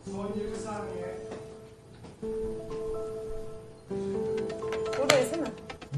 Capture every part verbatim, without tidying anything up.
Son yirmi saniye. Buradayız değil mi?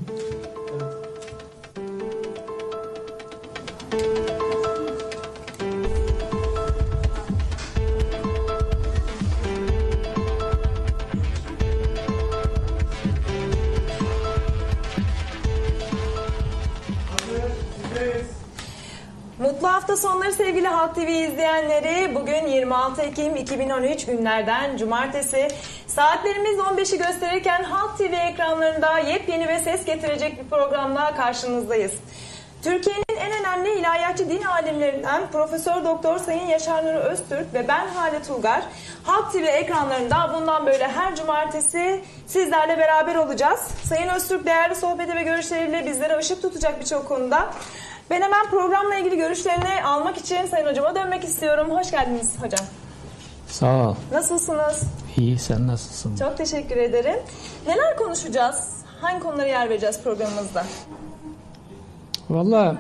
Mutlu hafta sonları sevgili Halk T V izleyenleri. Bugün yirmi altı Ekim iki bin on üç günlerden cumartesi. Saatlerimiz on beşi gösterirken Halk T V ekranlarında yepyeni ve ses getirecek bir programla karşınızdayız. Türkiye'nin en önemli ilahiyatçı din alimlerinden Profesör Doktor Sayın Yaşar Nuri Öztürk ve ben Hale Tulgar, Halk T V ekranlarında bundan böyle her cumartesi sizlerle beraber olacağız. Sayın Öztürk değerli sohbeti ve görüşleriyle bizlere ışık tutacak birçok konuda. Ben hemen programla ilgili görüşlerini almak için Sayın Hocama dönmek istiyorum. Hoş geldiniz hocam. Sağ ol. Nasılsınız? İyi, sen nasılsın? Çok teşekkür ederim. Neler konuşacağız? Hangi konulara yer vereceğiz programımızda? Valla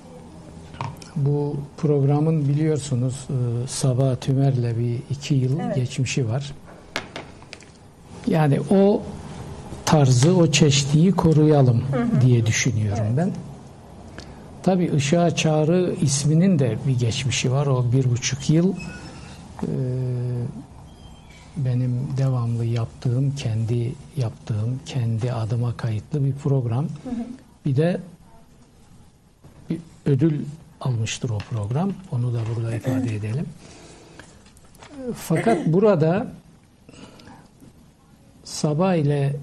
bu programın biliyorsunuz Sabah Tümer'le bir iki yıl Evet. geçmişi var. Yani o tarzı, o çeşniyi koruyalım hı hı. diye düşünüyorum evet. ben. Tabii Işığa Çağrı isminin de bir geçmişi var. O bir buçuk yıl e, benim devamlı yaptığım, kendi yaptığım, kendi adıma kayıtlı bir program. Hı hı. Bir de bir ödül almıştır o program. Onu da burada ifade edelim. Fakat burada Sabah ile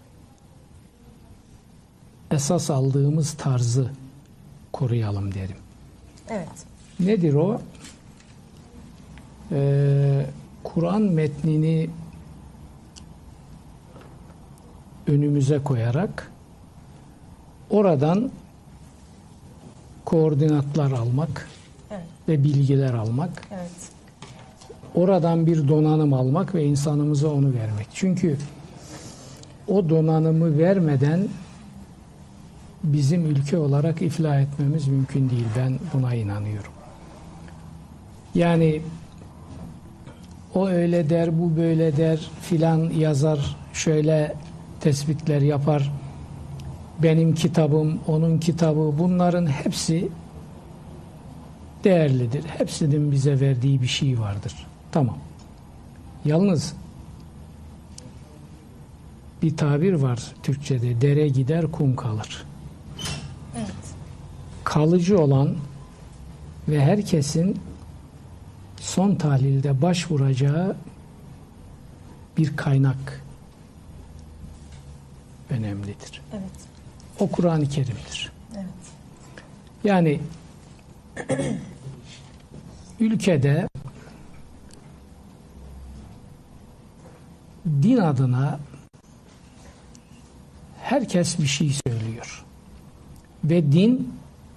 esas aldığımız tarzı koruyalım derim. Evet. Nedir o? Ee, Kur'an metnini önümüze koyarak oradan koordinatlar almak evet. ve bilgiler almak. Evet. Oradan bir donanım almak ve insanımıza onu vermek. Çünkü o donanımı vermeden bizim ülke olarak iflah etmemiz mümkün değil. Ben buna inanıyorum. Yani o öyle der, bu böyle der, filan yazar, şöyle tespitler yapar. Benim kitabım, onun kitabı, bunların hepsi değerlidir. Hepsinin bize verdiği bir şey vardır. Tamam. Yalnız bir tabir var Türkçe'de, dere gider kum kalır. Evet. Kalıcı olan ve herkesin son tahlilde başvuracağı bir kaynak önemlidir. Evet. O Kur'an-ı Kerim'dir. Evet. Yani ülkede din adına herkes bir şey söylüyor. Ve din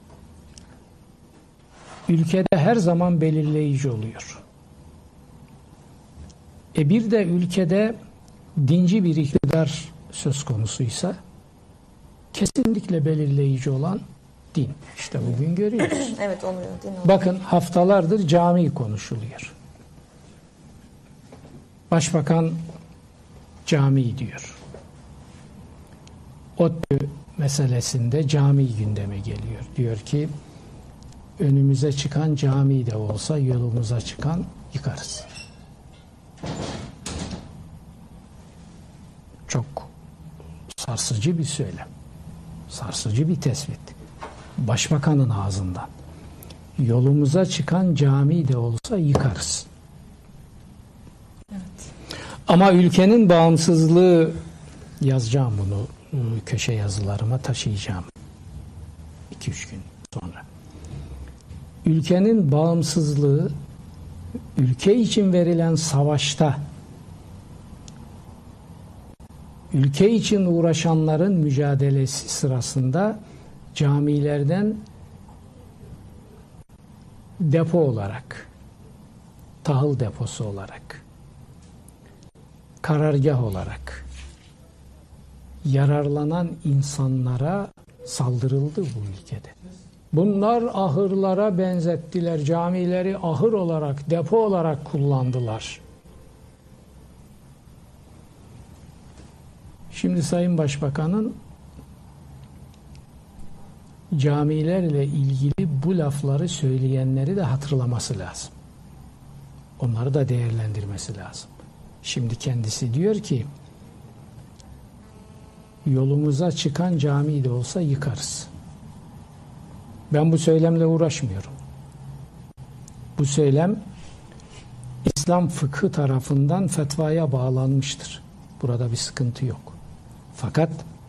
ülkede her zaman belirleyici oluyor. E bir de ülkede dinci bir iktidar söz konusuysa kesinlikle belirleyici olan din. İşte bugün görüyoruz. Evet oluyor. Din oluyor. Bakın haftalardır cami konuşuluyor. Başbakan cami diyor. ODTÜ meselesinde cami gündeme geliyor. Diyor ki önümüze çıkan cami de olsa yolumuza çıkan yıkarız. Çok sarsıcı bir söylem. Sarsıcı bir tespit. Başbakanın ağzından. Yolumuza çıkan cami de olsa yıkarız. Evet. Ama ülkenin bağımsızlığı, yazacağım bunu, köşe yazılarıma taşıyacağım iki üç gün sonra. Ülkenin bağımsızlığı, ülke için verilen savaşta ülke için uğraşanların mücadelesi sırasında camilerden depo olarak, tahıl deposu olarak, karargah olarak yararlanan insanlara saldırıldı bu ülkede. Bunlar ahırlara benzettiler. Camileri ahır olarak, depo olarak kullandılar. Şimdi Sayın Başbakan'ın camilerle ilgili bu lafları söyleyenleri de hatırlaması lazım. Onları da değerlendirmesi lazım. Şimdi kendisi diyor ki yolumuza çıkan cami de olsa yıkarız. Ben bu söylemle uğraşmıyorum. Bu söylem İslam fıkhı tarafından fetvaya bağlanmıştır. Burada bir sıkıntı yok. Fakat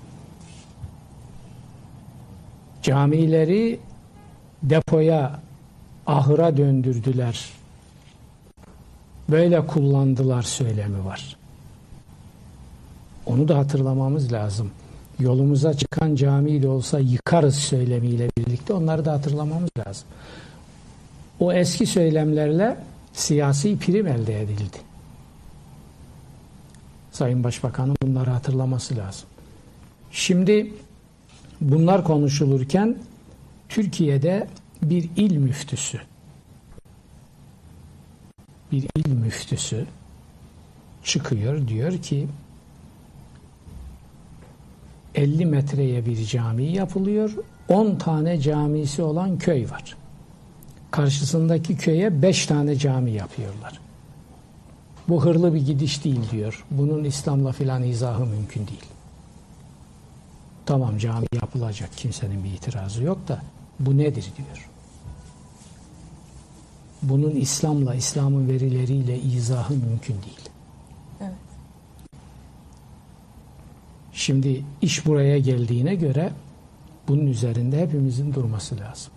camileri depoya, ahıra döndürdüler. Böyle kullandılar söylemi var. Onu da hatırlamamız lazım. Yolumuza çıkan cami de olsa yıkarız söylemiyle birlikte onları da hatırlamamız lazım. O eski söylemlerle siyasi prim elde edildi. Sayın Başbakan'ın bunları hatırlaması lazım. Şimdi bunlar konuşulurken Türkiye'de bir il müftüsü bir il müftüsü çıkıyor, diyor ki elli metreye bir cami yapılıyor. on tane camisi olan köy var. Karşısındaki köye beş tane cami yapıyorlar. Bu hırlı bir gidiş değil diyor. Bunun İslam'la filan izahı mümkün değil. Tamam, cami yapılacak. Kimsenin bir itirazı yok da bu nedir diyor. Bunun İslam'la, İslam'ın verileriyle izahı mümkün değil. Evet. Şimdi iş buraya geldiğine göre bunun üzerinde hepimizin durması lazım.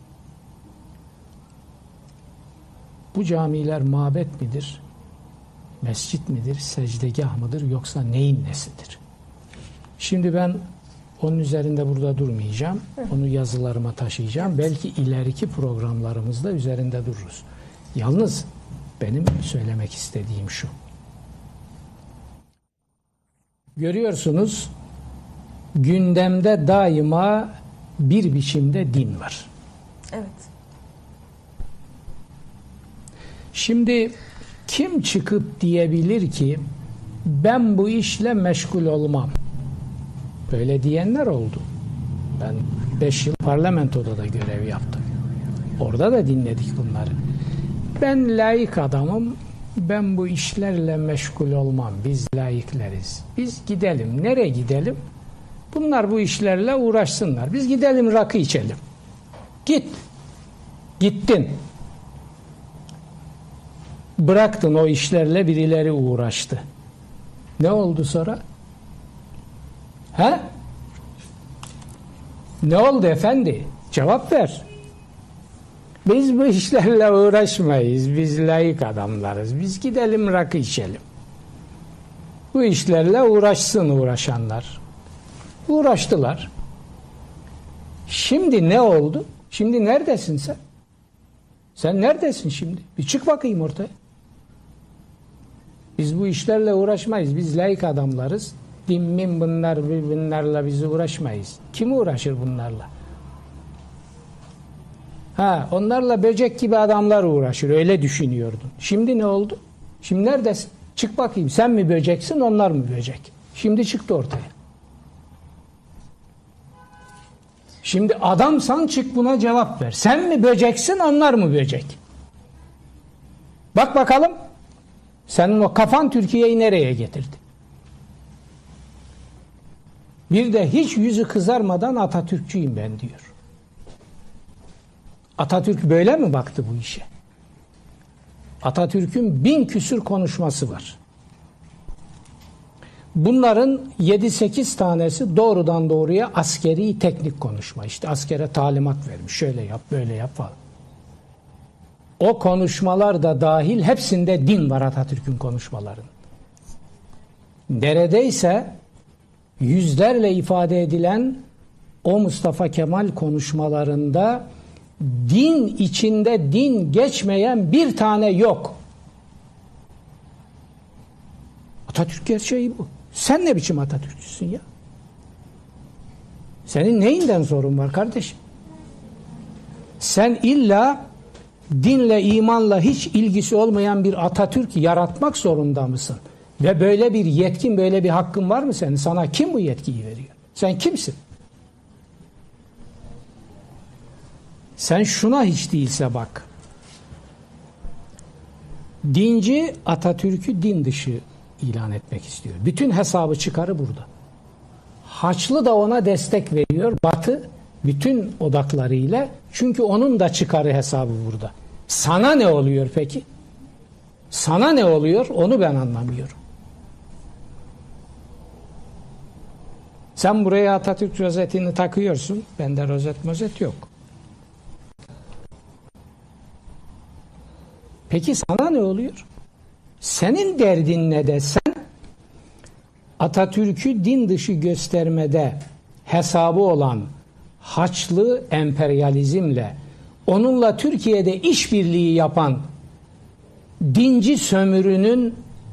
Bu camiler mabet midir? Mescit midir? Secdegah mıdır? Yoksa neyin nesidir? Şimdi ben onun üzerinde burada durmayacağım. Onu yazılarıma taşıyacağım. Belki ileriki programlarımızda üzerinde dururuz. Yalnız benim söylemek istediğim şu. Görüyorsunuz, gündemde daima bir biçimde din var. Evet. Şimdi kim çıkıp diyebilir ki ben bu işle meşgul olmam? Böyle diyenler oldu. Ben beş yıl parlamentoda da görev yaptım. Orada da dinledik bunları. Ben laik adamım, ben bu işlerle meşgul olmam. Biz laikleriz. Biz gidelim. Nereye gidelim? Bunlar bu işlerle uğraşsınlar. Biz gidelim rakı içelim. Git. Gittin. Bıraktın, o işlerle birileri uğraştı. Ne oldu sonra? He? Ne oldu efendi? Cevap ver. Biz bu işlerle uğraşmayız. Biz laik adamlarız. Biz gidelim rakı içelim. Bu işlerle uğraşsın uğraşanlar. Uğraştılar. Şimdi ne oldu? Şimdi neredesin sen? Sen neredesin şimdi? Bir çık bakayım ortaya. Biz bu işlerle uğraşmayız. Biz laik adamlarız. Dinmin bunlar, bunlarla biz uğraşmayız. Kim uğraşır bunlarla? Ha, onlarla böcek gibi adamlar uğraşır. Öyle düşünüyordun. Şimdi ne oldu? Şimdi neredesin? Çık bakayım. Sen mi böceksin, onlar mı böcek? Şimdi çıktı ortaya. Şimdi adamsan çık buna cevap ver. Sen mi böceksin, onlar mı böcek? Bak bakalım. Senin o kafan Türkiye'yi nereye getirdi? Bir de hiç yüzü kızarmadan Atatürkçüyüm ben diyor. Atatürk böyle mi baktı bu işe? Atatürk'ün bin küsür konuşması var. Bunların yedi sekiz tanesi doğrudan doğruya askeri teknik konuşma. İşte askere talimat vermiş. Şöyle yap, böyle yap falan. O konuşmalar da dahil hepsinde din var Atatürk'ün konuşmalarının. Neredeyse yüzlerle ifade edilen o Mustafa Kemal konuşmalarında din içinde din geçmeyen bir tane yok. Atatürk gerçeği bu. Sen ne biçim Atatürkçüsün ya? Senin neyinden sorun var kardeşim? Sen illa dinle, imanla hiç ilgisi olmayan bir Atatürk yaratmak zorunda mısın? Ve böyle bir yetkin, böyle bir hakkın var mı senin? Sana kim bu yetkiyi veriyor? Sen kimsin? Sen şuna hiç değilse bak. Dinci Atatürk'ü din dışı ilan etmek istiyor. Bütün hesabı çıkarı burada. Haçlı da ona destek veriyor. Batı bütün odaklarıyla. Çünkü onun da çıkarı hesabı burada. Sana ne oluyor peki? Sana ne oluyor? Onu ben anlamıyorum. Sen buraya Atatürk rozetini takıyorsun. Bende rozet mozet yok. Peki sana ne oluyor? Senin derdin ne de sen Atatürk'ü din dışı göstermede hesabı olan Haçlı emperyalizmle, onunla Türkiye'de işbirliği yapan dinci sömürünün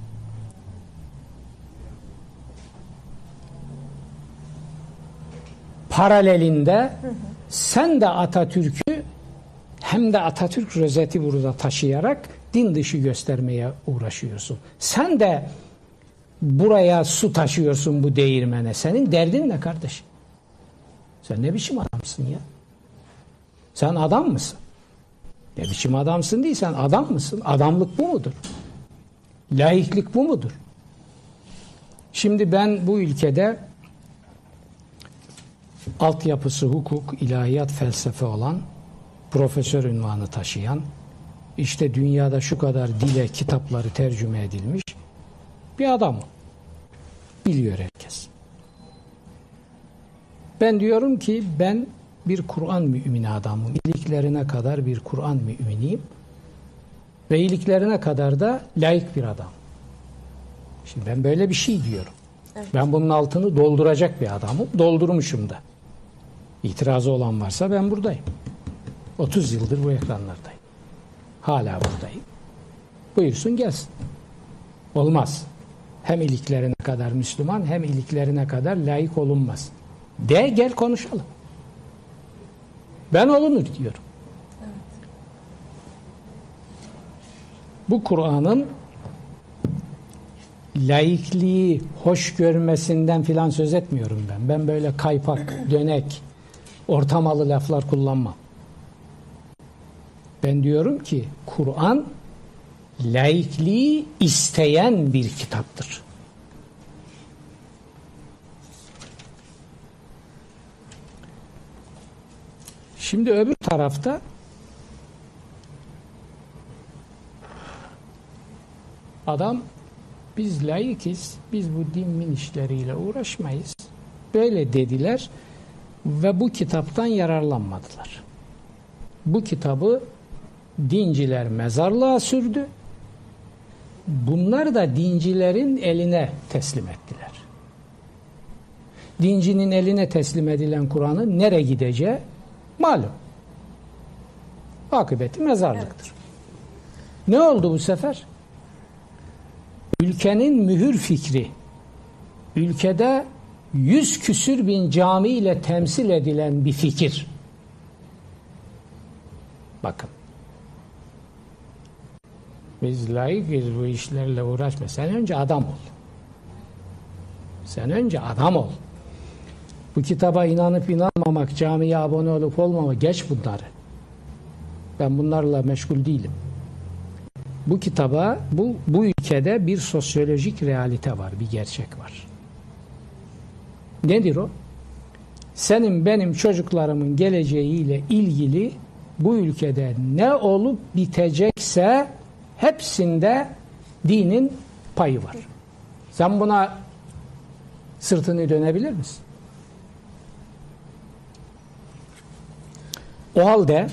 paralelinde hı hı. sen de Atatürk'ü hem de Atatürk rozeti burada taşıyarak din dışı göstermeye uğraşıyorsun. Sen de buraya su taşıyorsun bu değirmene. Senin derdin ne kardeşim? Sen ne biçim adamsın ya? Sen adam mısın? Ne biçim adamsın değil, sen adam mısın? Adamlık bu mudur? Laiklik bu mudur? Şimdi ben bu ülkede altyapısı hukuk, ilahiyat, felsefe olan, profesör unvanı taşıyan, işte dünyada şu kadar dile kitapları tercüme edilmiş bir adamım. Biliyor herkes. Ben diyorum ki ben bir Kur'an mümini adamım. İliklerine kadar bir Kur'an müminiyim. Ve iliklerine kadar da laik bir adam. Şimdi ben böyle bir şey diyorum. Evet. Ben bunun altını dolduracak bir adamım. Doldurmuşum da. İtirazı olan varsa ben buradayım. otuz yıldır bu ekranlardayım. Hala buradayım. Buyursun gelsin. Olmaz. Hem iliklerine kadar Müslüman hem iliklerine kadar laik olunmaz. De gel konuşalım. Ben olunur diyorum. Evet. Bu Kur'an'ın laikliği hoş görmesinden filan söz etmiyorum ben. Ben böyle kaypak, dönek, ortamalı laflar kullanmam. Ben diyorum ki Kur'an laikliği isteyen bir kitaptır. Şimdi öbür tarafta adam biz laikiz, biz bu din min işleriyle uğraşmayız. Böyle dediler ve bu kitaptan yararlanmadılar. Bu kitabı dinciler mezarlığa sürdü. Bunlar da dincilerin eline teslim ettiler. Dincinin eline teslim edilen Kur'an'ın nereye gideceği malum. Akıbeti mezarlıktır. Evet. Ne oldu bu sefer? Ülkenin mühür fikri, ülkede yüz küsür bin cami ile temsil edilen bir fikir. Bakın. Biz layıkız bu işlerle uğraşma. Sen önce adam ol. Sen önce adam ol. Bu kitaba inanıp inanmamak, camiye abone olup olmamak, geç bunları. Ben bunlarla meşgul değilim. Bu kitaba, bu, bu ülkede bir sosyolojik realite var, bir gerçek var. Nedir o? Senin benim çocuklarımın geleceğiyle ilgili bu ülkede ne olup bitecekse hepsinde dinin payı var. Sen buna sırtını dönebilir misin? O halde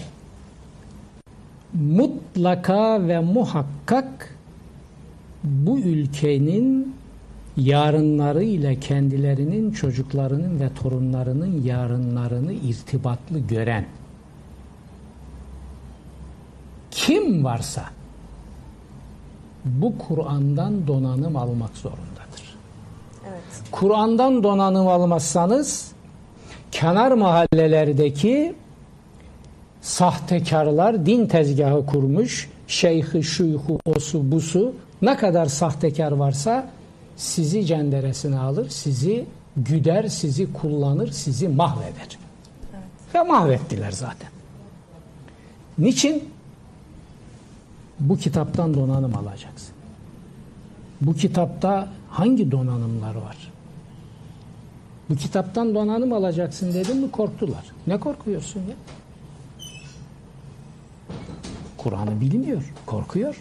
mutlaka ve muhakkak bu ülkenin yarınları ile kendilerinin, çocuklarının ve torunlarının yarınlarını irtibatlı gören kim varsa bu Kur'an'dan donanım almak zorundadır. Evet. Kur'an'dan donanım almazsanız kenar mahallelerdeki sahtekarlar din tezgahı kurmuş, şeyhi, şuyhu, osu, busu ne kadar sahtekar varsa sizi cenderesine alır, sizi güder, sizi kullanır, sizi mahveder. Evet. Ve mahvettiler zaten. Niçin? Bu kitaptan donanım alacaksın. Bu kitapta hangi donanımlar var? Bu kitaptan donanım alacaksın dedim mi korktular. Ne korkuyorsun ya? Kur'an'ı bilmiyor, korkuyor.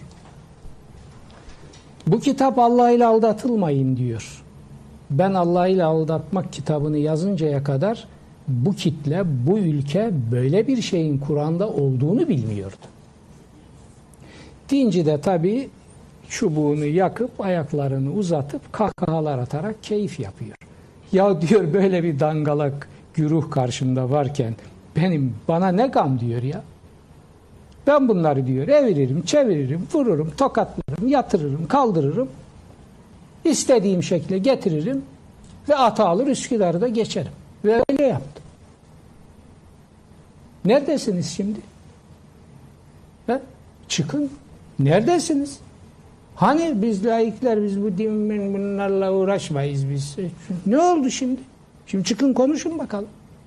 Bu kitap Allah ile aldatılmayın diyor. Ben Allah ile aldatmak kitabını yazıncaya kadar bu kitle, bu ülke böyle bir şeyin Kur'an'da olduğunu bilmiyordu. Dinci de tabii çubuğunu yakıp ayaklarını uzatıp kahkahalar atarak keyif yapıyor. Ya diyor böyle bir dangalak güruh karşımda varken benim bana ne gam diyor ya. Ben bunları diyor eviririm, çeviririm, vururum, tokatlarım, yatırırım, kaldırırım. İstediğim şekle getiririm ve ata alır Üsküdar'da geçerim. Ve öyle yaptım. Neredesiniz şimdi? He? Çıkın. Neredesiniz? Hani biz laikler, biz bu din bunlarla uğraşmayız biz. Ne oldu şimdi? Şimdi çıkın konuşun bakalım.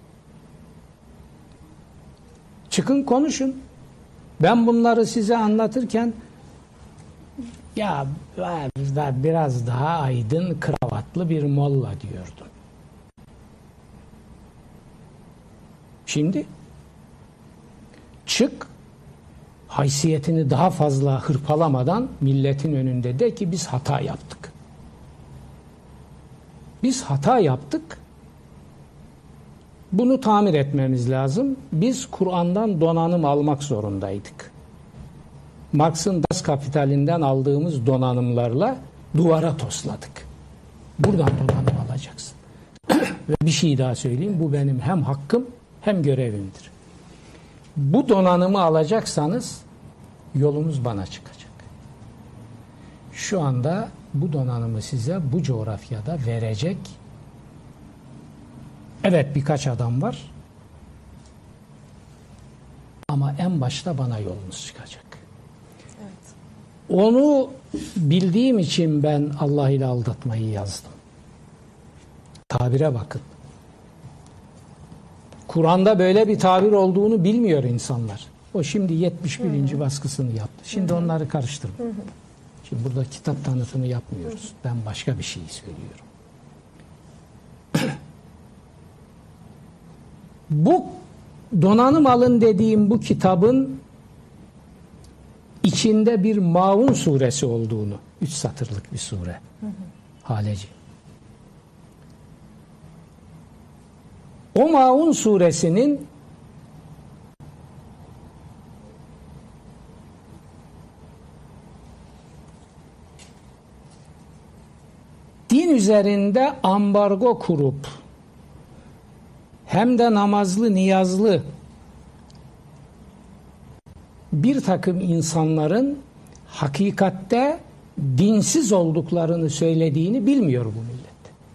Çıkın konuşun. Ben bunları size anlatırken ya biraz daha aydın kravatlı bir molla diyordum. Şimdi çık, haysiyetini daha fazla hırpalamadan milletin önünde de ki biz hata yaptık. Biz hata yaptık. Bunu tamir etmemiz lazım. Biz Kur'an'dan donanım almak zorundaydık. Marx'ın Das Kapital'inden aldığımız donanımlarla duvara tosladık. Buradan donanım alacaksın. Ve bir şey daha söyleyeyim. Bu benim hem hakkım hem görevimdir. Bu donanımı alacaksanız yolunuz bana çıkacak. Şu anda bu donanımı size bu coğrafyada verecek evet birkaç adam var ama en başta bana yolunuz çıkacak. Evet. Onu bildiğim için ben Allah ile aldatmayı yazdım. Tabire bakın. Kur'an'da böyle bir tabir olduğunu bilmiyor insanlar. O şimdi yetmiş birinci Hı-hı. baskısını yaptı. Şimdi Hı-hı. onları karıştırma. Hı-hı. Şimdi burada kitap tanıtımı yapmıyoruz. Hı-hı. Ben başka bir şey söylüyorum. Bu donanım alın dediğim bu kitabın içinde bir Maun suresi olduğunu, üç satırlık bir sure. Hı hı. Haleci. O Maun suresinin din üzerinde ambargo kurup hem de namazlı, niyazlı bir takım insanların hakikatte dinsiz olduklarını söylediğini bilmiyor bu millet.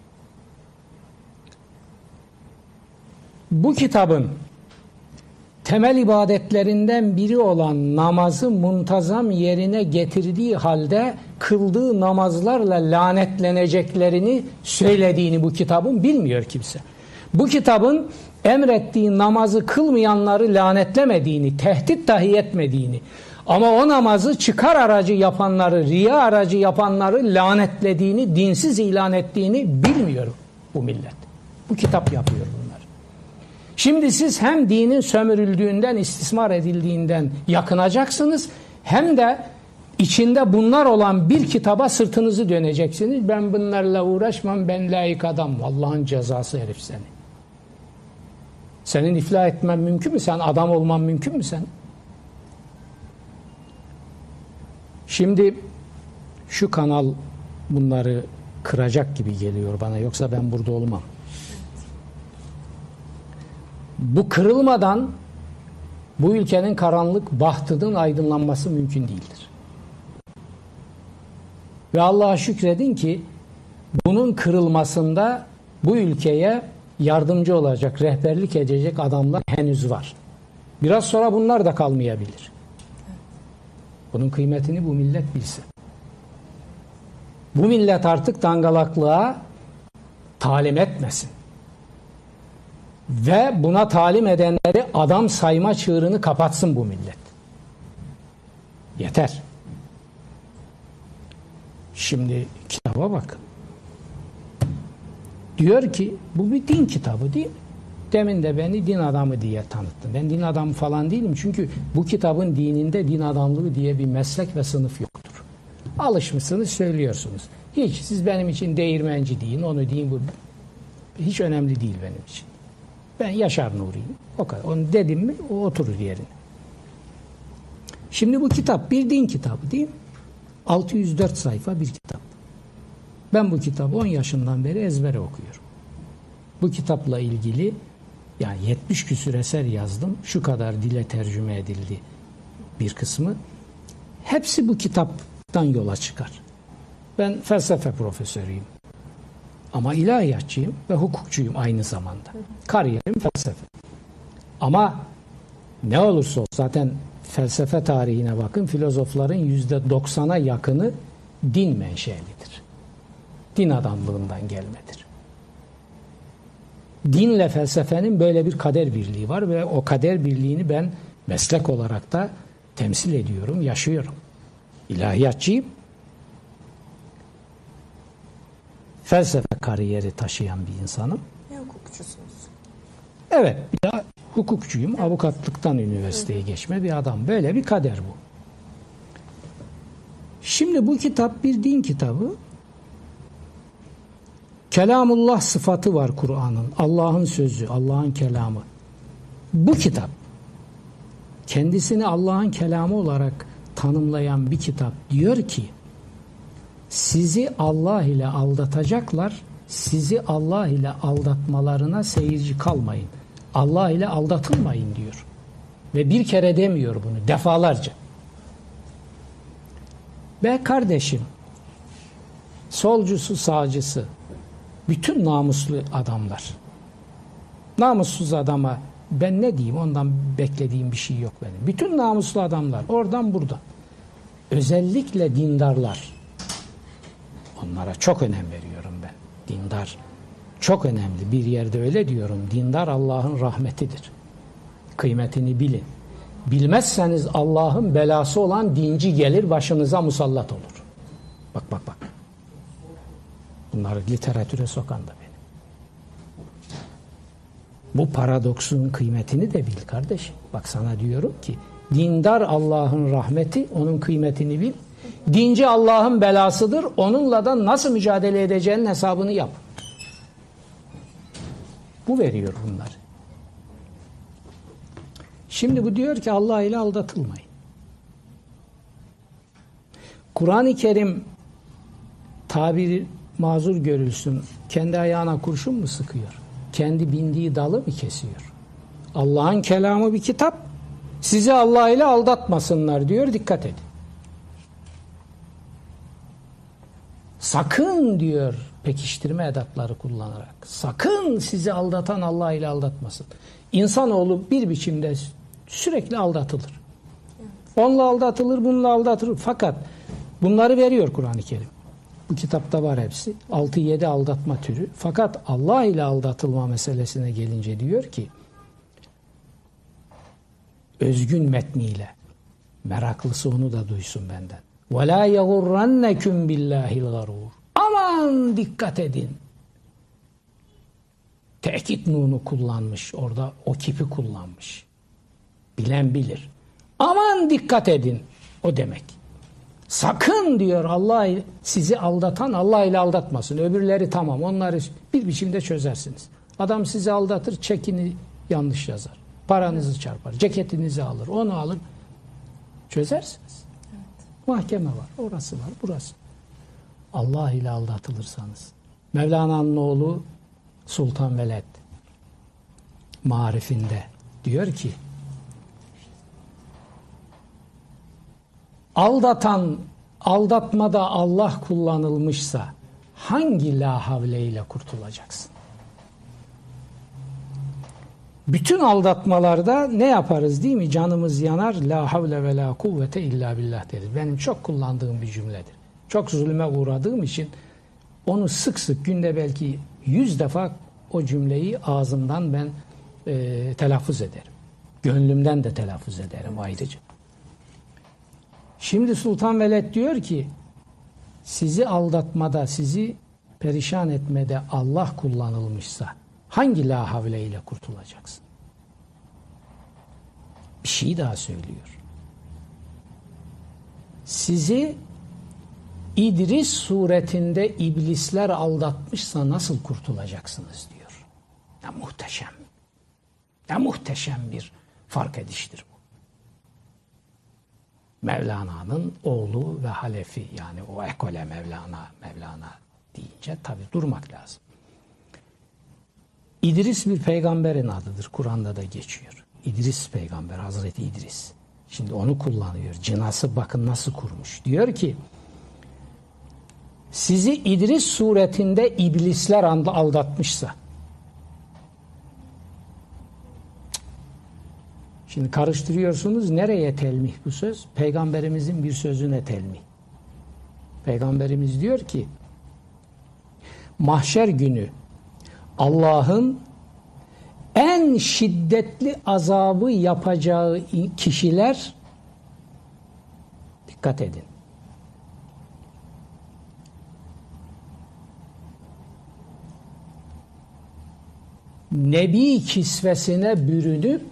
Bu kitabın temel ibadetlerinden biri olan namazı muntazam yerine getirdiği halde kıldığı namazlarla lanetleneceklerini söylediğini bu kitabın bilmiyor kimse. Bu kitabın emrettiği namazı kılmayanları lanetlemediğini, tehdit dahi etmediğini ama o namazı çıkar aracı yapanları, riya aracı yapanları lanetlediğini, dinsiz ilan ettiğini bilmiyor bu millet. Bu kitap yapıyor bunlar. Şimdi siz hem dinin sömürüldüğünden, istismar edildiğinden yakınacaksınız hem de içinde bunlar olan bir kitaba sırtınızı döneceksiniz. Ben bunlarla uğraşmam, ben layık adam. Allah'ın cezası herif seni. Senin iflah etmen mümkün mü? Sen adam olman mümkün mü sen? Şimdi şu kanal bunları kıracak gibi geliyor bana. Yoksa ben burada olmam. Bu kırılmadan bu ülkenin karanlık bahtının aydınlanması mümkün değildir. Ve Allah'a şükredin ki bunun kırılmasında bu ülkeye yardımcı olacak, rehberlik edecek adamlar henüz var. Biraz sonra bunlar da kalmayabilir. Bunun kıymetini bu millet bilsin. Bu millet artık dangalaklığa talim etmesin. Ve buna talim edenleri adam sayma çığırını kapatsın bu millet. Yeter. Şimdi kitaba bakın. Diyor ki bu bir din kitabı değil mi? Demin de beni din adamı diye tanıttın. Ben din adamı falan değilim. Çünkü bu kitabın dininde din adamlığı diye bir meslek ve sınıf yoktur. Alışmışsınız, söylüyorsunuz. Hiç siz benim için değirmenci deyin, onu deyin, bu hiç önemli değil benim için. Ben Yaşar Nuri'yim. O kadar. Onu dedim mi o oturur yerine. Şimdi bu kitap bir din kitabı değil mi? altı yüz dört sayfa bir kitap. Ben bu kitabı on yaşından beri ezbere okuyorum. Bu kitapla ilgili yani yetmiş küsur eser yazdım. Şu kadar dile tercüme edildi bir kısmı. Hepsi bu kitaptan yola çıkar. Ben felsefe profesörüyüm. Ama ilahiyatçıyım ve hukukçuyum aynı zamanda. Kariyerim felsefe. Ama ne olursa olsun zaten felsefe tarihine bakın, filozofların yüzde doksana yakını din menşelidir. Din adamlığından gelmedir. Dinle felsefenin böyle bir kader birliği var ve o kader birliğini ben meslek olarak da temsil ediyorum, yaşıyorum. İlahiyatçıyım. Felsefe kariyeri taşıyan bir insanım. Ne hukukçusunuz? Evet, bir de hukukçuyum. Evet. Avukatlıktan üniversiteye geçme bir adam. Böyle bir kader bu. Şimdi bu kitap bir din kitabı. Kelamullah sıfatı var Kur'an'ın. Allah'ın sözü, Allah'ın kelamı. Bu kitap kendisini Allah'ın kelamı olarak tanımlayan bir kitap diyor ki sizi Allah ile aldatacaklar, sizi Allah ile aldatmalarına seyirci kalmayın. Allah ile aldatılmayın diyor. Ve bir kere demiyor bunu, defalarca. Be kardeşim, solcusu, sağcısı, bütün namuslu adamlar. Namussuz adama ben ne diyeyim, ondan beklediğim bir şey yok benim. Bütün namuslu adamlar, oradan buradan. Özellikle dindarlar. Onlara çok önem veriyorum ben. Dindar çok önemli. Bir yerde öyle diyorum. Dindar Allah'ın rahmetidir. Kıymetini bilin. Bilmezseniz Allah'ın belası olan dinci gelir başınıza musallat olur. Bak bak bak. Bunları literatüre sokan da benim. Bu paradoksun kıymetini de bil kardeşim. Bak sana diyorum ki dindar Allah'ın rahmeti, onun kıymetini bil. Dinci Allah'ın belasıdır. Onunla da nasıl mücadele edeceğinin hesabını yap. Bu veriyor bunları. Şimdi bu diyor ki Allah ile aldatılmayın. Kur'an-ı Kerim tabiri mazur görülsün. Kendi ayağına kurşun mu sıkıyor? Kendi bindiği dalı mı kesiyor? Allah'ın kelamı bir kitap. Sizi Allah ile aldatmasınlar diyor. Dikkat edin. Sakın diyor pekiştirme edatları kullanarak. Sakın sizi aldatan Allah ile aldatmasın. İnsanoğlu bir biçimde sürekli aldatılır. Onunla aldatılır, bununla aldatılır. Fakat bunları veriyor Kur'an-ı Kerim. Bu kitapta var hepsi. altı yedi aldatma türü. Fakat Allah ile aldatılma meselesine gelince diyor ki özgün metniyle meraklısı onu da duysun benden. وَلَا يَغُرَّنَّكُمْ بِاللّٰهِ الْغَرُورِ Aman dikkat edin. Tekit nunu kullanmış. Orada o kipi kullanmış. Bilen bilir. Aman dikkat edin. O demek. Sakın diyor Allah sizi aldatan Allah ile aldatmasın. Öbürleri tamam. Onları bir biçimde çözersiniz. Adam sizi aldatır, çekini yanlış yazar. Paranızı çarpar. Ceketinizi alır. Onu alır. Çözersiniz. Evet. Mahkeme var. Orası var. Burası. Allah ile aldatılırsanız. Mevlana'nın oğlu Sultan Veled marifinde diyor ki aldatan, aldatmada Allah kullanılmışsa hangi la havle ile kurtulacaksın? Bütün aldatmalarda ne yaparız değil mi? Canımız yanar. La havle ve la kuvvete illa billah deriz. Benim çok kullandığım bir cümledir. Çok zulme uğradığım için onu sık sık günde belki yüz defa o cümleyi ağzımdan ben e, telaffuz ederim. Gönlümden de telaffuz ederim ayrıca. Şimdi Sultan Veled diyor ki sizi aldatmada, sizi perişan etmede Allah kullanılmışsa hangi la havle ile kurtulacaksın? Bir şey daha söylüyor. Sizi İdris suretinde iblisler aldatmışsa nasıl kurtulacaksınız diyor. Ne muhteşem. Ne muhteşem bir fark ediştir bu. Mevlana'nın oğlu ve halefi, yani o ekole Mevlana, Mevlana deyince tabi durmak lazım. İdris bir peygamberin adıdır. Kur'an'da da geçiyor. İdris peygamber, Hazreti İdris. Şimdi onu kullanıyor. Cinası bakın nasıl kurmuş. Diyor ki sizi İdris suretinde iblisler aldatmışsa. Şimdi karıştırıyorsunuz. Nereye telmih bu söz? Peygamberimizin bir sözüne telmih. Peygamberimiz diyor ki mahşer günü Allah'ın en şiddetli azabı yapacağı kişiler, dikkat edin, Nebi kisvesine bürünüp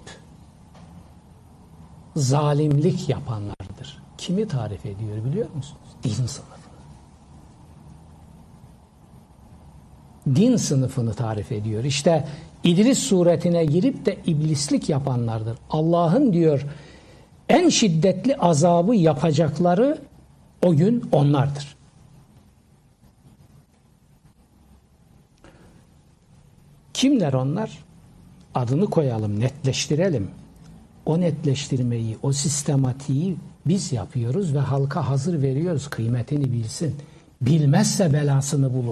zalimlik yapanlardır. Kimi tarif ediyor biliyor musunuz? Din sınıfını. Din sınıfını tarif ediyor. İşte İdris suretine girip de iblislik yapanlardır. Allah'ın diyor en şiddetli azabı yapacakları o gün onlardır. Kimler onlar? Adını koyalım, netleştirelim. O netleştirmeyi, o sistematiği biz yapıyoruz ve halka hazır veriyoruz, kıymetini bilsin. Bilmezse belasını bulur.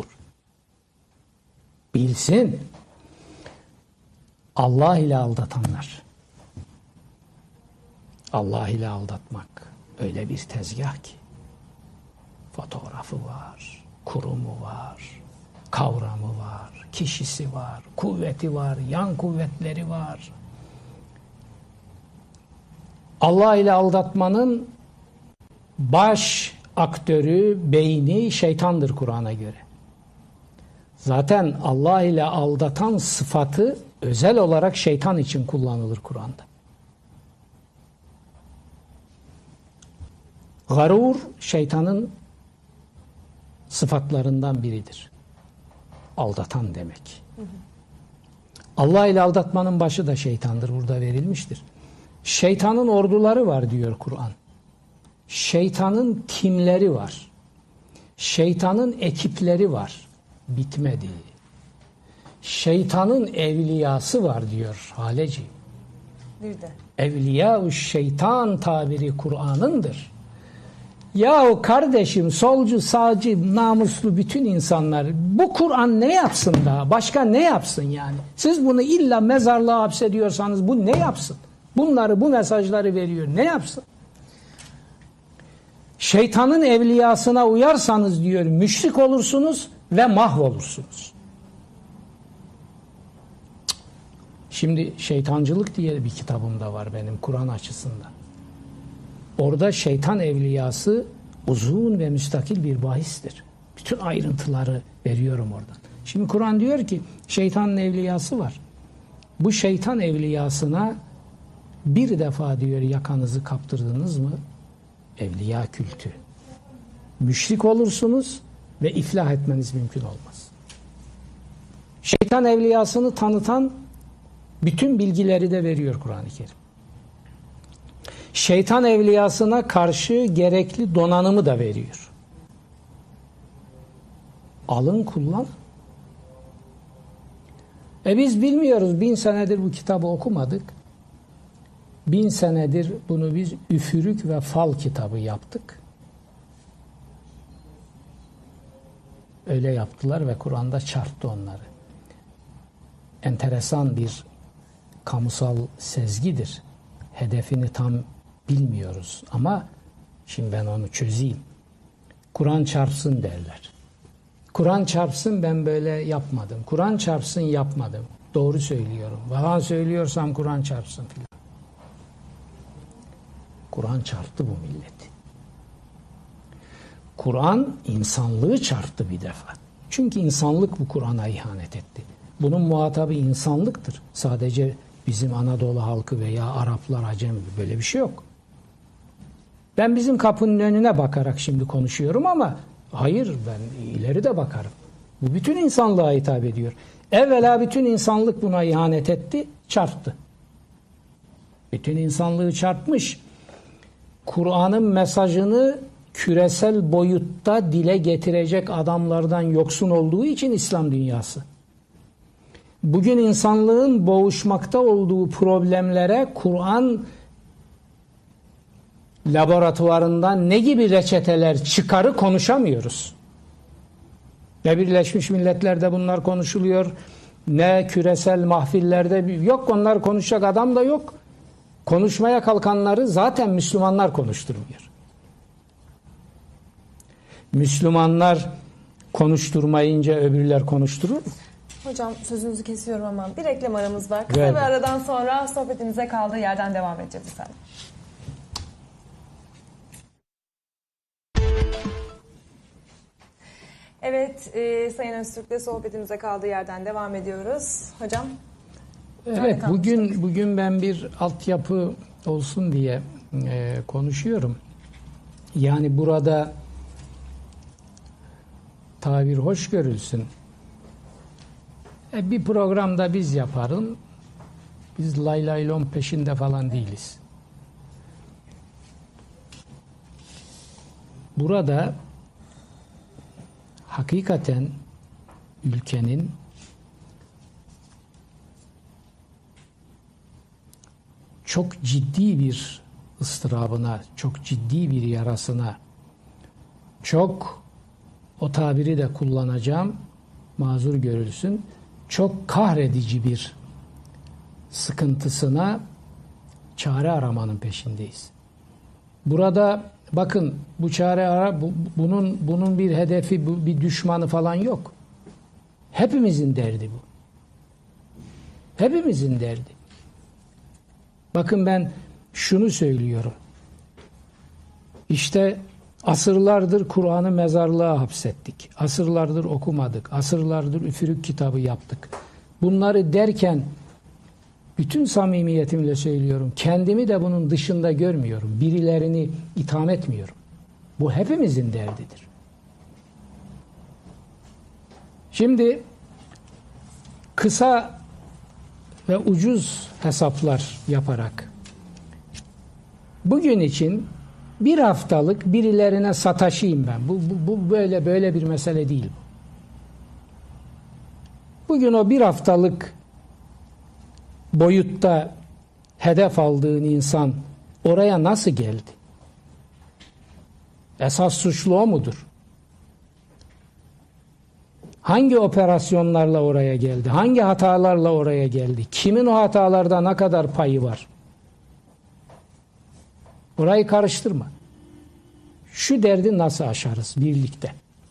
Bilsin. Allah ile aldatanlar. Allah ile aldatmak öyle bir tezgah ki fotoğrafı var, kurumu var, kavramı var, kişisi var, kuvveti var, yan kuvvetleri var. Allah ile aldatmanın baş aktörü, beyni şeytandır Kur'an'a göre. Zaten Allah ile aldatan sıfatı özel olarak şeytan için kullanılır Kur'an'da. Garur şeytanın sıfatlarından biridir. Aldatan demek. Hı hı. Allah ile aldatmanın başı da şeytandır, burada verilmiştir. Şeytanın orduları var diyor Kur'an. Şeytanın timleri var. Şeytanın ekipleri var. Bitmedi. Şeytanın evliyası var diyor Haleci. Bir de. Evliya-u şeytan tabiri Kur'an'ındır. Yahu kardeşim, solcu, sağcı, namuslu bütün insanlar bu Kur'an ne yapsın daha? Başka ne yapsın yani? Siz bunu illa mezarlığa hapsediyorsanız bu ne yapsın? Bunları, bu mesajları veriyor. Ne yapsın? Şeytanın evliyasına uyarsanız diyor müşrik olursunuz ve mahvolursunuz. Şimdi Şeytancılık diye bir kitabım da var benim Kur'an açısından. Orada şeytan evliyası uzun ve müstakil bir bahistir. Bütün ayrıntıları veriyorum oradan. Şimdi Kur'an diyor ki şeytanın evliyası var. Bu şeytan evliyasına bir defa diyor yakanızı kaptırdınız mı evliya kültü. Müşrik olursunuz ve iflah etmeniz mümkün olmaz. Şeytan evliyasını tanıtan bütün bilgileri de veriyor Kur'an-ı Kerim. Şeytan evliyasına karşı gerekli donanımı da veriyor. Alın kullan. E biz bilmiyoruz. Bin senedir bu kitabı okumadık. Bin senedir bunu biz üfürük ve fal kitabı yaptık. Öyle yaptılar ve Kur'an'da çarptı onları. Enteresan bir kamusal sezgidir. Hedefini tam bilmiyoruz ama şimdi ben onu çözeyim. Kur'an çarpsın derler. Kur'an çarpsın ben böyle yapmadım. Kur'an çarpsın yapmadım. Doğru söylüyorum. Falan söylüyorsam Kur'an çarpsın filan. Kur'an çarptı bu milleti. Kur'an insanlığı çarptı bir defa. Çünkü insanlık bu Kur'an'a ihanet etti. Bunun muhatabı insanlıktır. Sadece bizim Anadolu halkı veya Araplar, Acem böyle bir şey yok. Ben bizim kapının önüne bakarak şimdi konuşuyorum ama hayır, ben ileri de bakarım. Bu bütün insanlığa hitap ediyor. Evvela bütün insanlık buna ihanet etti, çarptı. Bütün insanlığı çarpmış. Kur'an'ın mesajını küresel boyutta dile getirecek adamlardan yoksun olduğu için İslam dünyası. Bugün insanlığın boğuşmakta olduğu problemlere Kur'an laboratuvarından ne gibi reçeteler çıkarı konuşamıyoruz. Ne Birleşmiş Milletler'de bunlar konuşuluyor, ne küresel mahfillerde, yok, onlar konuşacak adam da yok. Konuşmaya kalkanları zaten Müslümanlar konuşturmuyor. Müslümanlar konuşturmayınca öbürler konuşturur mu? Hocam sözünüzü kesiyorum ama bir reklam aramız var. Kısa Verdim. bir aradan sonra sohbetimize kaldığı yerden devam edeceğiz efendim. Evet, e, Sayın Öztürk'le sohbetimize kaldığı yerden devam ediyoruz. Hocam? Evet, bugün bugün ben bir altyapı olsun diye e, konuşuyorum. Yani burada tabir hoş görülsün. E, bir programda biz yaparım. Biz lay lay lom peşinde falan değiliz. Burada hakikaten ülkenin çok ciddi bir ıstırabına, çok ciddi bir yarasına, çok, o tabiri de kullanacağım, mazur görülsün, çok kahredici bir sıkıntısına çare aramanın peşindeyiz. Burada bakın, bu çare ara, bu, bunun bunun bir hedefi, bu, bir düşmanı falan yok. Hepimizin derdi bu. Hepimizin derdi. Bakın, ben şunu söylüyorum. İşte asırlardır Kur'an'ı mezarlığa hapsettik. Asırlardır okumadık. Asırlardır üfürük kitabı yaptık. Bunları derken bütün samimiyetimle söylüyorum. Kendimi de bunun dışında görmüyorum. Birilerini itham etmiyorum. Bu hepimizin derdidir. Şimdi kısa ve ucuz hesaplar yaparak bugün için bir haftalık birilerine sataşayım ben. Bu, bu, bu böyle böyle bir mesele değil. Bugün o bir haftalık boyutta hedef aldığın insan oraya nasıl geldi? Esas suçlu o mudur? Hangi operasyonlarla oraya geldi? Hangi hatalarla oraya geldi? Kimin o hatalarda ne kadar payı var? Orayı karıştırma. Şu derdi nasıl aşarız birlikte?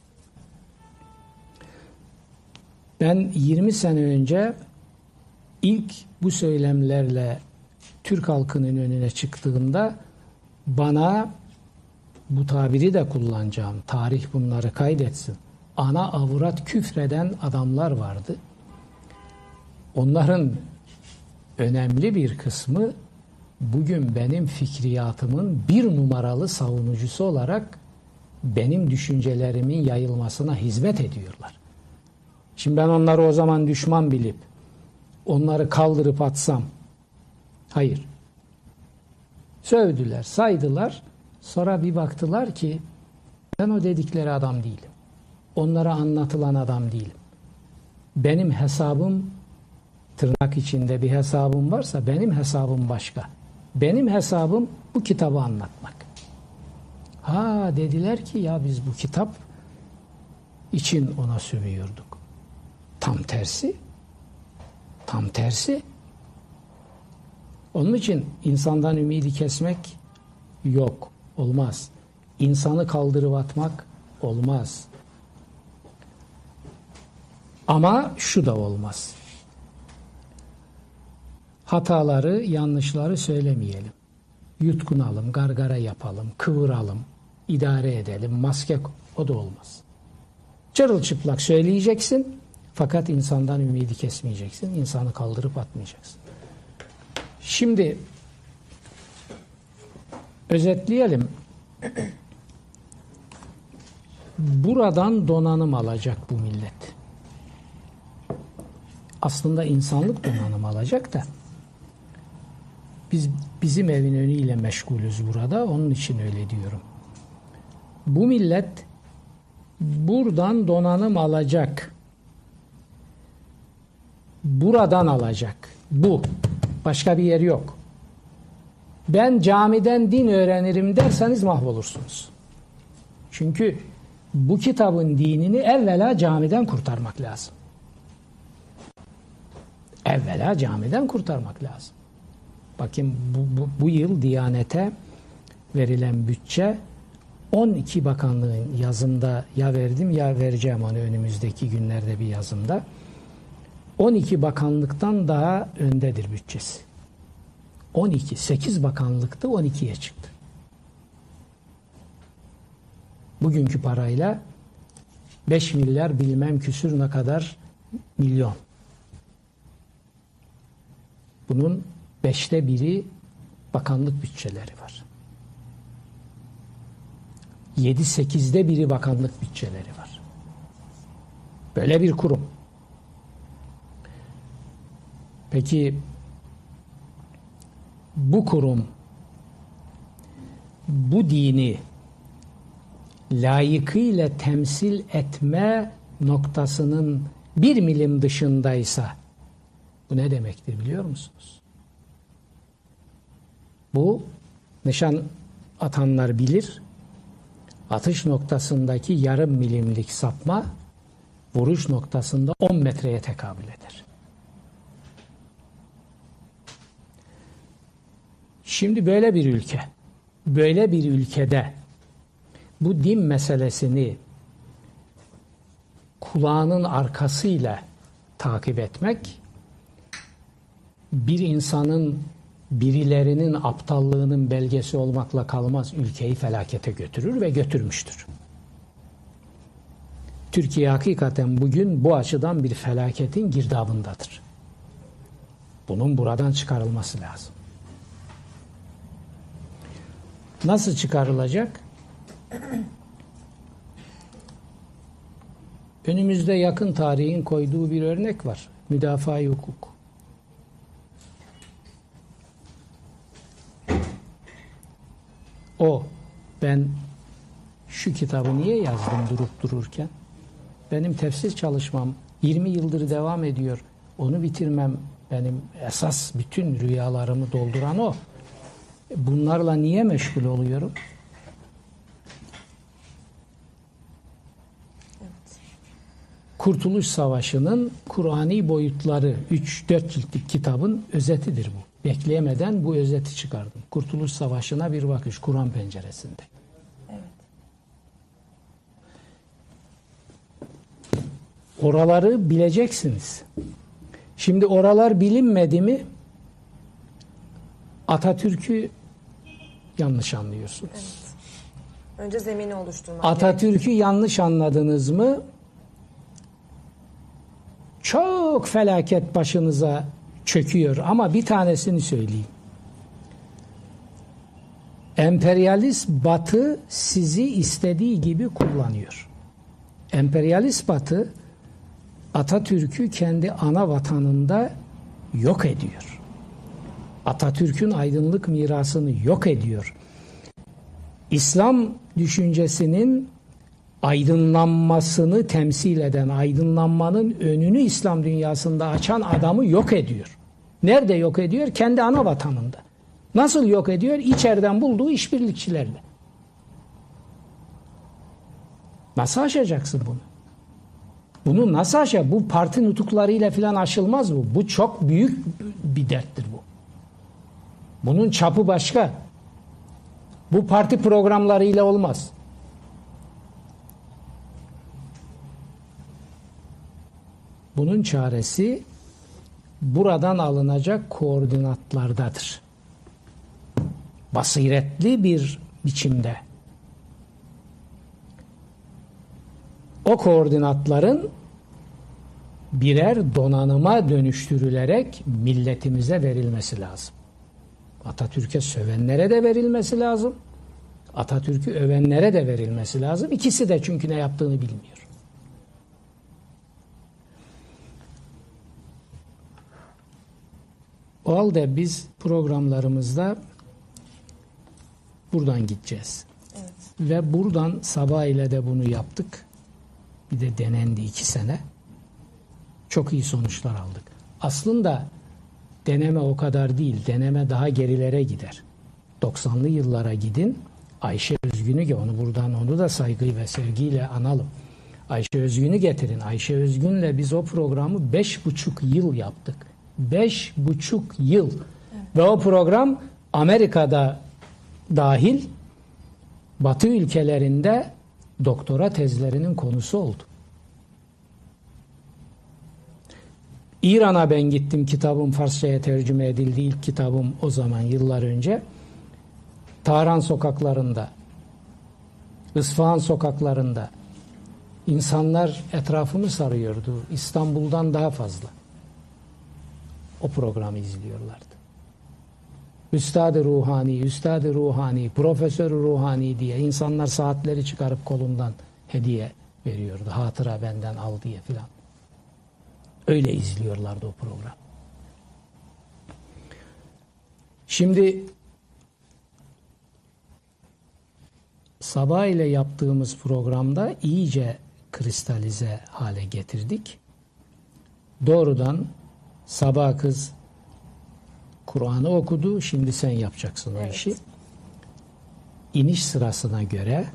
Ben yirmi sene önce ilk bu söylemlerle Türk halkının önüne çıktığımda bana, bu tabiri de kullanacağım, tarih bunları kaydetsin, ana avrat küfreden adamlar vardı. Onların önemli bir kısmı bugün benim fikriyatımın bir numaralı savunucusu olarak benim düşüncelerimin yayılmasına hizmet ediyorlar. Şimdi ben onları o zaman düşman bilip onları kaldırıp atsam, hayır. Sövdüler, saydılar. Sonra bir baktılar ki ben o dedikleri adam değilim. Onlara anlatılan adam değilim. Benim hesabım, tırnak içinde bir hesabım varsa benim hesabım başka. Benim hesabım bu kitabı anlatmak. Ha dediler ki ya biz bu kitap için ona sövüyorduk. Tam tersi. Tam tersi. Onun için insandan ümidi kesmek yok. Olmaz. İnsanı kaldırıp atmak olmaz. Ama şu da olmaz. Hataları, yanlışları söylemeyelim. Yutkunalım, gargara yapalım, kıvıralım, idare edelim, maske, o da olmaz. Çırılçıplak söyleyeceksin fakat insandan ümidi kesmeyeceksin, insanı kaldırıp atmayacaksın. Şimdi özetleyelim. Buradan donanım alacak bu millet. Aslında insanlık donanım alacak da biz bizim evin önüyle meşgulüz burada. Onun için öyle diyorum. Bu millet buradan donanım alacak. Buradan alacak. Bu. Başka bir yer yok. Ben camiden din öğrenirim derseniz mahvolursunuz. Çünkü bu kitabın dinini evvela camiden kurtarmak lazım. Evvela camiden kurtarmak lazım. Bakın bu, bu, bu yıl Diyanet'e verilen bütçe on iki bakanlığın yazımda ya verdim ya vereceğim onu önümüzdeki günlerde bir yazımda. on iki bakanlıktan daha öndedir bütçesi. on iki, sekiz bakanlıktı on ikiye çıktı. Bugünkü parayla beş milyar bilmem küsür ne kadar milyon. Bunun beşte biri bakanlık bütçeleri var. Yedi sekizde biri bakanlık bütçeleri var. Böyle bir kurum. Peki bu kurum bu dini layıkıyla temsil etme noktasının bir milim dışındaysa bu ne demektir biliyor musunuz? Bu nişan atanlar bilir. Atış noktasındaki yarım milimlik sapma vuruş noktasında on metreye tekabül eder. Şimdi böyle bir ülke, böyle bir ülkede bu din meselesini kulağının arkasıyla takip etmek bir insanın birilerinin aptallığının belgesi olmakla kalmaz, ülkeyi felakete götürür ve götürmüştür. Türkiye hakikaten bugün bu açıdan bir felaketin girdabındadır. Bunun buradan çıkarılması lazım. Nasıl çıkarılacak? Önümüzde yakın tarihin koyduğu bir örnek var. Müdafaa-i hukuk. O, ben şu kitabı niye yazdım durup dururken? Benim tefsir çalışmam yirmi yıldır devam ediyor. Onu bitirmem benim esas bütün rüyalarımı dolduran o. Bunlarla niye meşgul oluyorum? Evet. Kurtuluş Savaşı'nın Kur'ani boyutları üç dört ciltlik kitabın özetidir bu. Bekleyemeden bu özeti çıkardım. Kurtuluş Savaşı'na bir bakış Kur'an penceresinde. Evet. Oraları bileceksiniz. Şimdi oralar bilinmedi mi Atatürk'ü yanlış anlıyorsunuz. Evet. Önce zemini oluşturmak. Atatürk'ü yanlış anladınız mı çok felaket başınıza çöküyor. Ama bir tanesini söyleyeyim. Emperyalist Batı sizi istediği gibi kullanıyor. Emperyalist Batı Atatürk'ü kendi ana vatanında yok ediyor. Atatürk'ün aydınlık mirasını yok ediyor. İslam düşüncesinin aydınlanmasını temsil eden, aydınlanmanın önünü İslam dünyasında açan adamı yok ediyor. Nerede yok ediyor? Kendi ana vatanında. Nasıl yok ediyor? İçeriden bulduğu işbirlikçilerle. Nasıl aşacaksın bunu? Bunu nasıl aşar? Bu parti nutuklarıyla falan aşılmaz bu. Bu çok büyük bir derttir bu. Bunun çapı başka. Bu parti programlarıyla olmaz. Bunun çaresi buradan alınacak koordinatlardadır. Basiretli bir biçimde o koordinatların birer donanıma dönüştürülerek milletimize verilmesi lazım. Atatürk'e sövenlere de verilmesi lazım. Atatürk'ü övenlere de verilmesi lazım. İkisi de çünkü ne yaptığını bilmiyor. O halde biz programlarımızda buradan gideceğiz. Evet. Ve buradan sabah ile de bunu yaptık. Bir de denendi iki sene. Çok iyi sonuçlar aldık. Aslında deneme o kadar değil. Deneme daha gerilere gider. doksanlı yıllara gidin. Ayşe Özgün'ü, onu buradan onu da saygı ve sevgiyle analım. Ayşe Özgün'ü getirin. Ayşe Özgün'le biz o programı beş buçuk yıl yaptık. Beş buçuk yıl. Evet. Ve o program Amerika'da dahil Batı ülkelerinde doktora tezlerinin konusu oldu. İran'a ben gittim, kitabım Farsça'ya tercüme edildi, ilk kitabım o zaman yıllar önce. Tahran sokaklarında, İsfahan sokaklarında insanlar etrafımı sarıyordu. İstanbul'dan daha fazla. O programı izliyorlardı. Üstad-ı Ruhani, Üstad-ı Ruhani, Profesör Ruhani diye insanlar saatleri çıkarıp kolundan hediye veriyordu. Hatıra benden al diye filan. Öyle izliyorlardı o program. Şimdi sabah ile yaptığımız programda iyice kristalize hale getirdik. Doğrudan sabah kız Kur'an'ı okudu. Şimdi sen yapacaksın o Evet. işi. İniş sırasına göre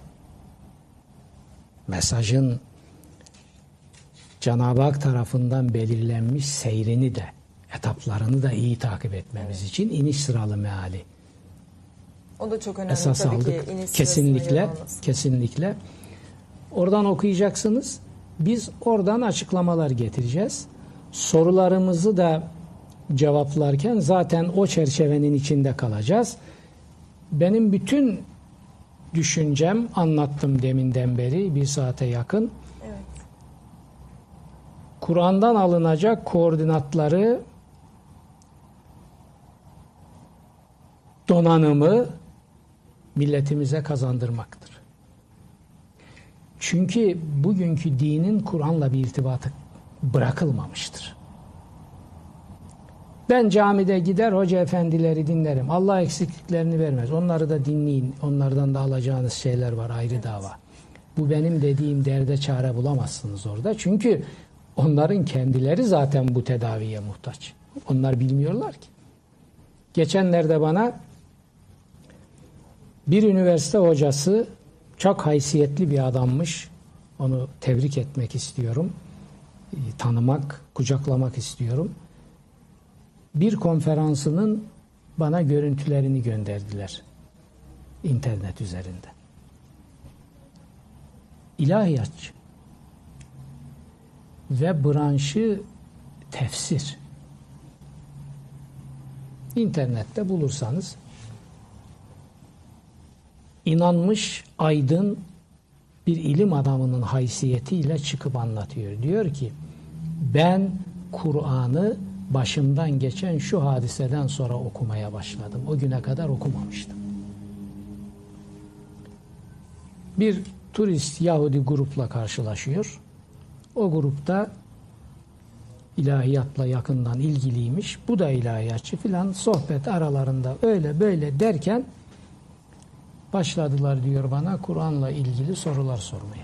mesajın Cenab-ı Hak tarafından belirlenmiş seyrini de, etaplarını da iyi takip etmemiz Evet. için iniş sıralı meali O da çok önemli esas tabii aldık. ki. iniş sırasına Kesinlikle, göre olması. kesinlikle. Oradan okuyacaksınız. Biz oradan açıklamalar getireceğiz. Sorularımızı da cevaplarken zaten o çerçevenin içinde kalacağız. Benim bütün düşüncem, anlattım deminden beri bir saate yakın. Evet. Kur'an'dan alınacak koordinatları, donanımı milletimize kazandırmaktır. Çünkü bugünkü dinin Kur'an'la bir irtibatı bırakılmamıştır. Ben camide gider hoca efendileri dinlerim. Allah eksikliklerini vermez. Onları da dinleyin. Onlardan da alacağınız şeyler var, ayrı evet. dava. Bu benim dediğim derde çare bulamazsınız orada. Çünkü onların kendileri zaten bu tedaviye muhtaç. Onlar bilmiyorlar ki. Geçenlerde bana bir üniversite hocası, çok haysiyetli bir adammış. Onu tebrik etmek istiyorum. Tanımak, kucaklamak istiyorum. Bir konferansının bana görüntülerini gönderdiler. İnternet üzerinde. İlahiyatçı. Ve branşı tefsir. İnternette bulursanız inanmış, aydın bir ilim adamının haysiyetiyle çıkıp anlatıyor. Diyor ki, ben Kur'an'ı başımdan geçen şu hadiseden sonra okumaya başladım. O güne kadar okumamıştım. Bir turist Yahudi grupla karşılaşıyor. O grupta ilahiyatla yakından ilgiliymiş. Bu da ilahiyatçı filan, sohbet aralarında öyle böyle derken başladılar diyor bana Kur'an'la ilgili sorular sormaya.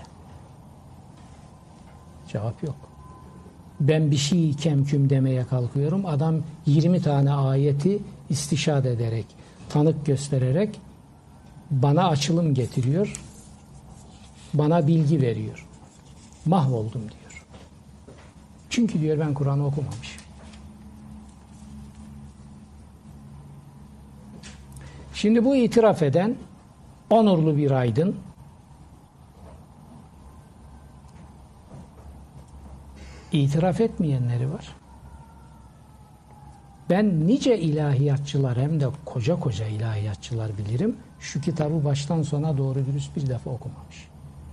Cevap yok. Ben bir şey kemküm demeye kalkıyorum. Adam yirmi tane ayeti istişad ederek, tanık göstererek bana açılım getiriyor. Bana bilgi veriyor. Mahvoldum diyor. Çünkü diyor ben Kur'an'ı okumamışım. Şimdi bu itiraf eden onurlu bir aydın İtiraf etmeyenleri var. Ben nice ilahiyatçılar hem de koca koca ilahiyatçılar bilirim. Şu kitabı baştan sona doğru dürüst bir defa okumamış.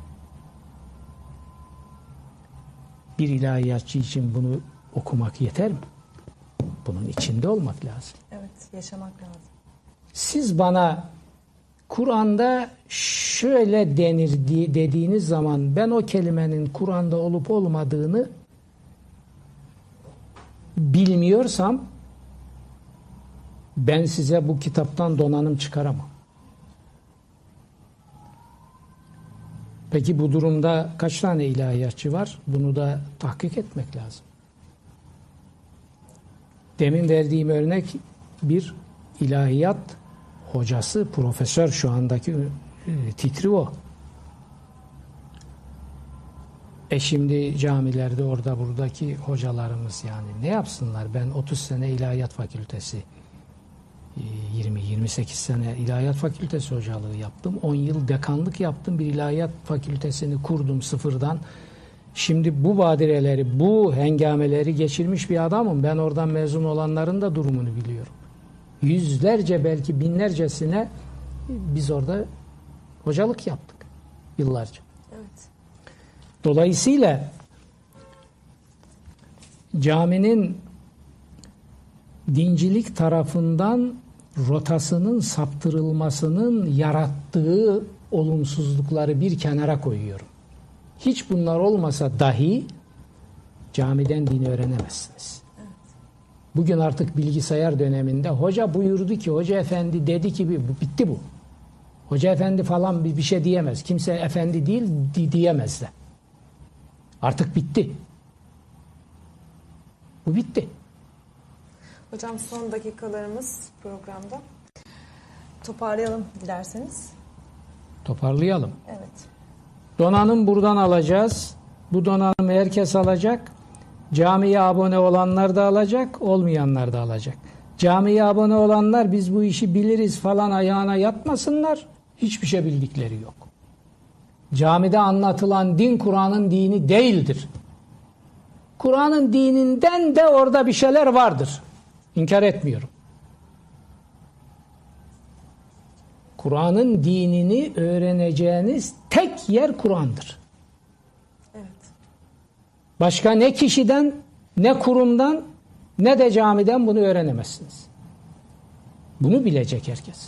Bir ilahiyatçı için bunu okumak yeter mi? Bunun içinde olmak lazım. Evet, yaşamak lazım. Siz bana Kur'an'da şöyle denir dediğiniz zaman ben o kelimenin Kur'an'da olup olmadığını bilmiyorsam ben size bu kitaptan donanım çıkaramam. Peki bu durumda kaç tane ilahiyatçı var? Bunu da tahkik etmek lazım. Demin verdiğim örnek bir ilahiyat hocası, profesör, şu andaki e, titri o. E şimdi camilerde orada buradaki hocalarımız yani ne yapsınlar? Ben otuz sene ilahiyat fakültesi, yirmi yirmi sekiz sene ilahiyat fakültesi hocalığı yaptım. on yıl dekanlık yaptım. Bir ilahiyat fakültesini kurdum sıfırdan. Şimdi bu badireleri, bu hengameleri geçirmiş bir adamım. Ben oradan mezun olanların da durumunu biliyorum. Yüzlerce belki binlercesine biz orada hocalık yaptık yıllarca. Evet. Dolayısıyla caminin dincilik tarafından rotasının saptırılmasının yarattığı olumsuzlukları bir kenara koyuyorum. Hiç bunlar olmasa dahi camiden dini öğrenemezsiniz. Evet. Bugün artık bilgisayar döneminde hoca buyurdu ki, hoca efendi dedi ki bu bitti bu. Hoca efendi falan bir, bir şey diyemez. Kimse efendi değil di, diyemez de. Artık bitti. Bu bitti. Hocam son dakikalarımız programda. Toparlayalım dilerseniz. Toparlayalım. Evet. Donanım buradan alacağız. Bu donanımı herkes alacak. Camiye abone olanlar da alacak, olmayanlar da alacak. Camiye abone olanlar biz bu işi biliriz falan ayağına yatmasınlar. Hiçbir şey bildikleri yok. Camide anlatılan din Kur'an'ın dini değildir. Kur'an'ın dininden de orada bir şeyler vardır. İnkar etmiyorum. Kur'an'ın dinini öğreneceğiniz tek yer Kur'an'dır. Evet. Başka ne kişiden, ne kurumdan, ne de camiden bunu öğrenemezsiniz. Bunu bilecek herkes.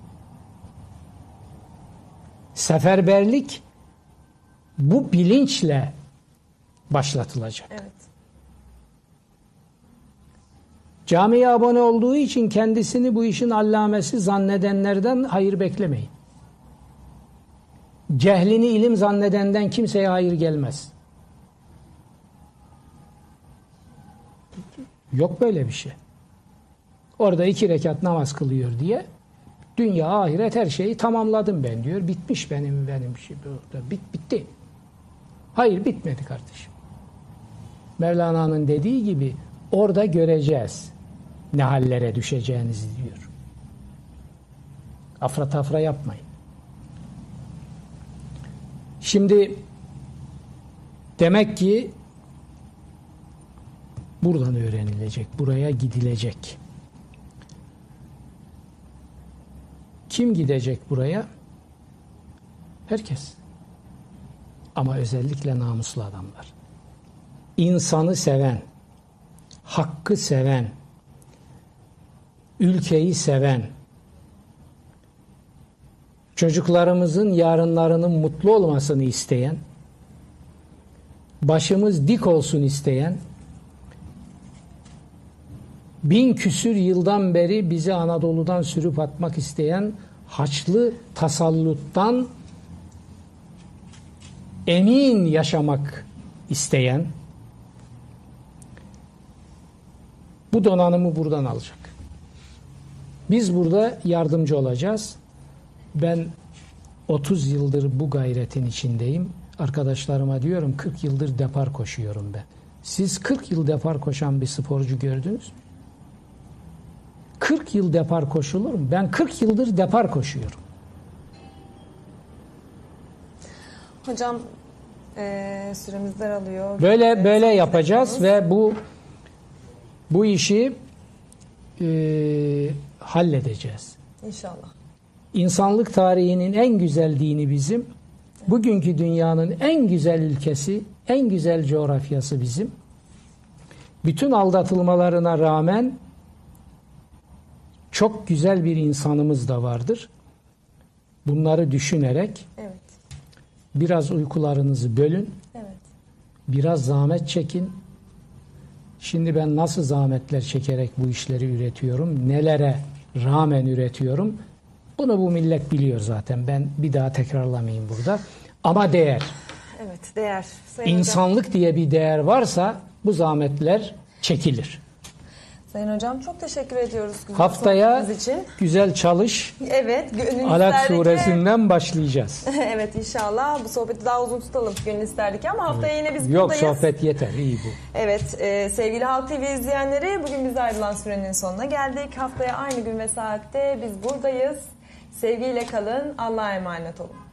Seferberlik bu bilinçle başlatılacak. Evet. Camiye abone olduğu için kendisini bu işin allamesi zannedenlerden hayır beklemeyin. Cehlini ilim zannedenden kimseye hayır gelmez. Yok böyle bir şey. Orada iki rekat namaz kılıyor diye dünya, ahiret her şeyi tamamladım ben diyor. Bitmiş benim benim şey burada. Bit, bitti. Hayır bitmedi kardeşim. Mevlana'nın dediği gibi orada göreceğiz ne hallere düşeceğinizi diyor. Afra tafra yapmayın. Şimdi demek ki buradan öğrenilecek, buraya gidilecek. Kim gidecek buraya? Herkes. Ama özellikle namuslu adamlar. İnsanı seven, hakkı seven, ülkeyi seven, çocuklarımızın yarınlarının mutlu olmasını isteyen, başımız dik olsun isteyen, bin küsür yıldan beri bizi Anadolu'dan sürüp atmak isteyen Haçlı tasalluttan emin yaşamak isteyen bu donanımı buradan alacak. Biz burada yardımcı olacağız. Ben otuz yıldır bu gayretin içindeyim. Arkadaşlarıma diyorum kırk yıldır depar koşuyorum ben. Siz kırk yıl depar koşan bir sporcu gördünüz mü? kırk yıl depar koşulur mu? Ben kırk yıldır depar koşuyorum. Hocam Ee, süremiz daralıyor. Böyle Evet, böyle son yapacağız dakikamız. ve bu bu işi e, halledeceğiz. İnşallah. İnsanlık tarihinin en güzel dini bizim. Bugünkü dünyanın en güzel ülkesi, en güzel coğrafyası bizim. Bütün aldatılmalarına rağmen çok güzel bir insanımız da vardır. Bunları düşünerek Evet. biraz uykularınızı bölün, Evet. biraz zahmet çekin. Şimdi ben nasıl zahmetler çekerek bu işleri üretiyorum, nelere rağmen üretiyorum. Bunu bu millet biliyor zaten. Ben bir daha tekrarlamayayım burada. Ama değer. Evet, değer. Sayın Hocam. İnsanlık diye bir değer varsa bu zahmetler çekilir. Sayın Hocam çok teşekkür ediyoruz. güzel Haftaya sohbetiniz için. güzel çalış. Evet. Gönül Alak isterdi ki- suresinden başlayacağız. Evet inşallah bu sohbeti daha uzun tutalım gönül isterdik ama haftaya yine biz Yok buradayız. sohbet yeter. İyi bu. Evet e, sevgili Halk T V izleyenleri bugün bize ayrılan sürenin sonuna geldik. Haftaya aynı gün ve saatte biz buradayız. Sevgiyle kalın. Allah'a emanet olun.